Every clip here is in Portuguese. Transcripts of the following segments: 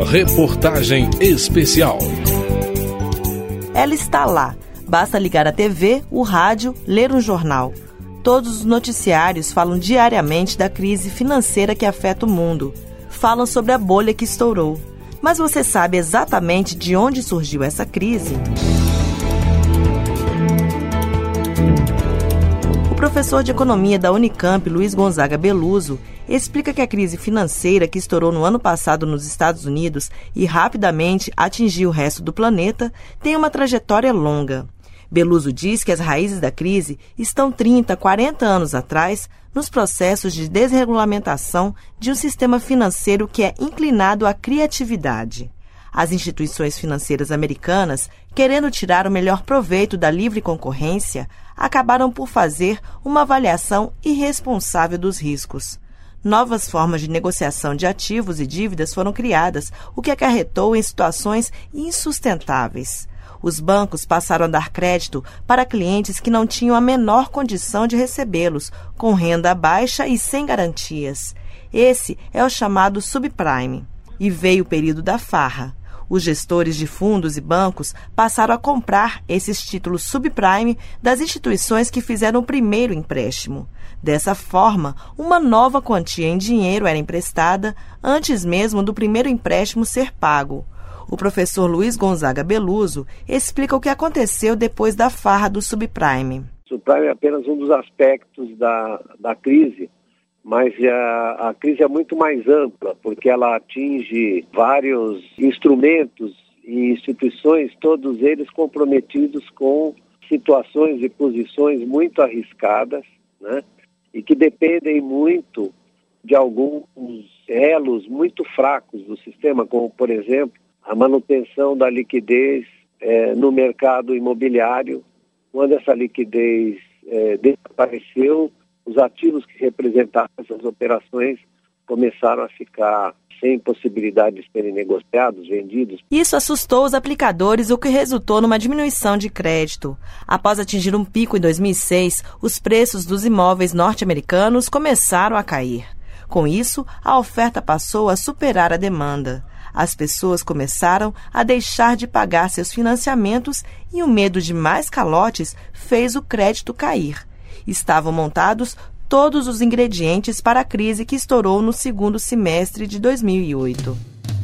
Reportagem especial. Ela está lá. Basta ligar a TV, o rádio, ler um jornal. Todos os noticiários falam diariamente da crise financeira que afeta o mundo. Falam sobre a bolha que estourou. Mas você sabe exatamente de onde surgiu essa crise? O professor de economia da Unicamp, Luiz Gonzaga Beluso, explica que a crise financeira que estourou no ano passado nos Estados Unidos e rapidamente atingiu o resto do planeta tem uma trajetória longa. Beluso diz que as raízes da crise estão 30, 40 anos atrás nos processos de desregulamentação de um sistema financeiro que é inclinado à criatividade. As instituições financeiras americanas, querendo tirar o melhor proveito da livre concorrência, acabaram por fazer uma avaliação irresponsável dos riscos. Novas formas de negociação de ativos e dívidas foram criadas, o que acarretou em situações insustentáveis. Os bancos passaram a dar crédito para clientes que não tinham a menor condição de recebê-los, com renda baixa e sem garantias. Esse é o chamado subprime. E veio o período da farra. Os gestores de fundos e bancos passaram a comprar esses títulos subprime das instituições que fizeram o primeiro empréstimo. Dessa forma, uma nova quantia em dinheiro era emprestada antes mesmo do primeiro empréstimo ser pago. O professor Luiz Gonzaga Beluso explica o que aconteceu depois da farra do subprime. O subprime é apenas um dos aspectos da crise, mas a crise é muito mais ampla, porque ela atinge vários instrumentos e instituições, todos eles comprometidos com situações e posições muito arriscadas, né? E que dependem muito de alguns elos muito fracos do sistema, como, por exemplo, a manutenção da liquidez no mercado imobiliário. Quando essa liquidez desapareceu, os ativos que representavam essas operações começaram a ficar sem possibilidade de serem negociados, vendidos. Isso assustou os aplicadores, o que resultou numa diminuição de crédito. Após atingir um pico em 2006, os preços dos imóveis norte-americanos começaram a cair. Com isso, a oferta passou a superar a demanda. As pessoas começaram a deixar de pagar seus financiamentos e o medo de mais calotes fez o crédito cair. Estavam montados todos os ingredientes para a crise que estourou no segundo semestre de 2008.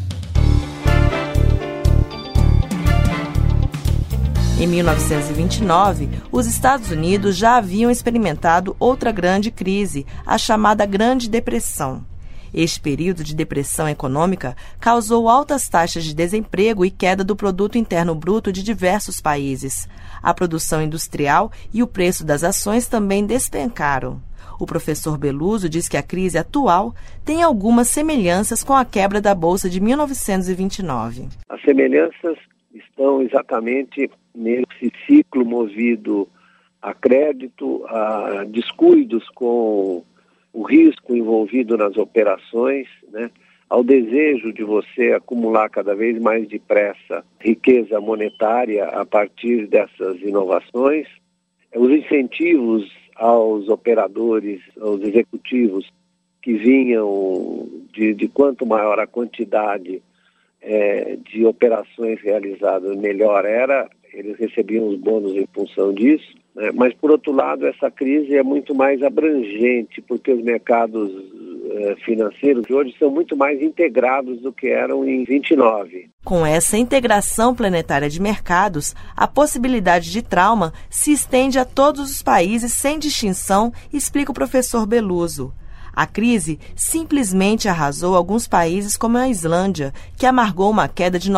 Em 1929, os Estados Unidos já haviam experimentado outra grande crise, a chamada Grande Depressão. Este período de depressão econômica causou altas taxas de desemprego e queda do produto interno bruto de diversos países. A produção industrial e o preço das ações também despencaram. O professor Beluso diz que a crise atual tem algumas semelhanças com a quebra da Bolsa de 1929. As semelhanças estão exatamente nesse ciclo movido a crédito, a descuidos com o risco envolvido nas operações, né, ao desejo de você acumular cada vez mais depressa riqueza monetária a partir dessas inovações, os incentivos aos operadores, aos executivos que vinham de quanto maior a quantidade de operações realizadas, melhor era, eles recebiam os bônus em função disso. Mas, por outro lado, essa crise é muito mais abrangente, porque os mercados financeiros de hoje são muito mais integrados do que eram em 29. Com essa integração planetária de mercados, a possibilidade de trauma se estende a todos os países sem distinção, explica o professor Beluso. A crise simplesmente arrasou alguns países como a Islândia, que amargou uma queda de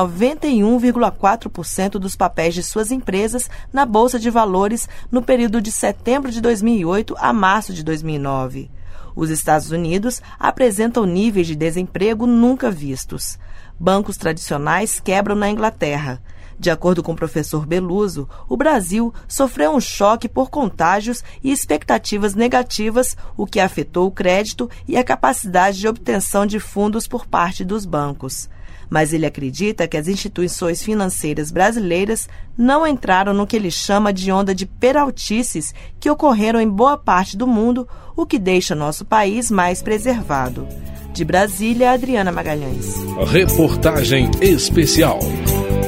91,4% dos papéis de suas empresas na Bolsa de Valores no período de setembro de 2008 a março de 2009. Os Estados Unidos apresentam níveis de desemprego nunca vistos. Bancos tradicionais quebram na Inglaterra. De acordo com o professor Beluso, o Brasil sofreu um choque por contágios e expectativas negativas, o que afetou o crédito e a capacidade de obtenção de fundos por parte dos bancos. Mas ele acredita que as instituições financeiras brasileiras não entraram no que ele chama de onda de peraltices que ocorreram em boa parte do mundo, o que deixa nosso país mais preservado. De Brasília, Adriana Magalhães. Reportagem especial.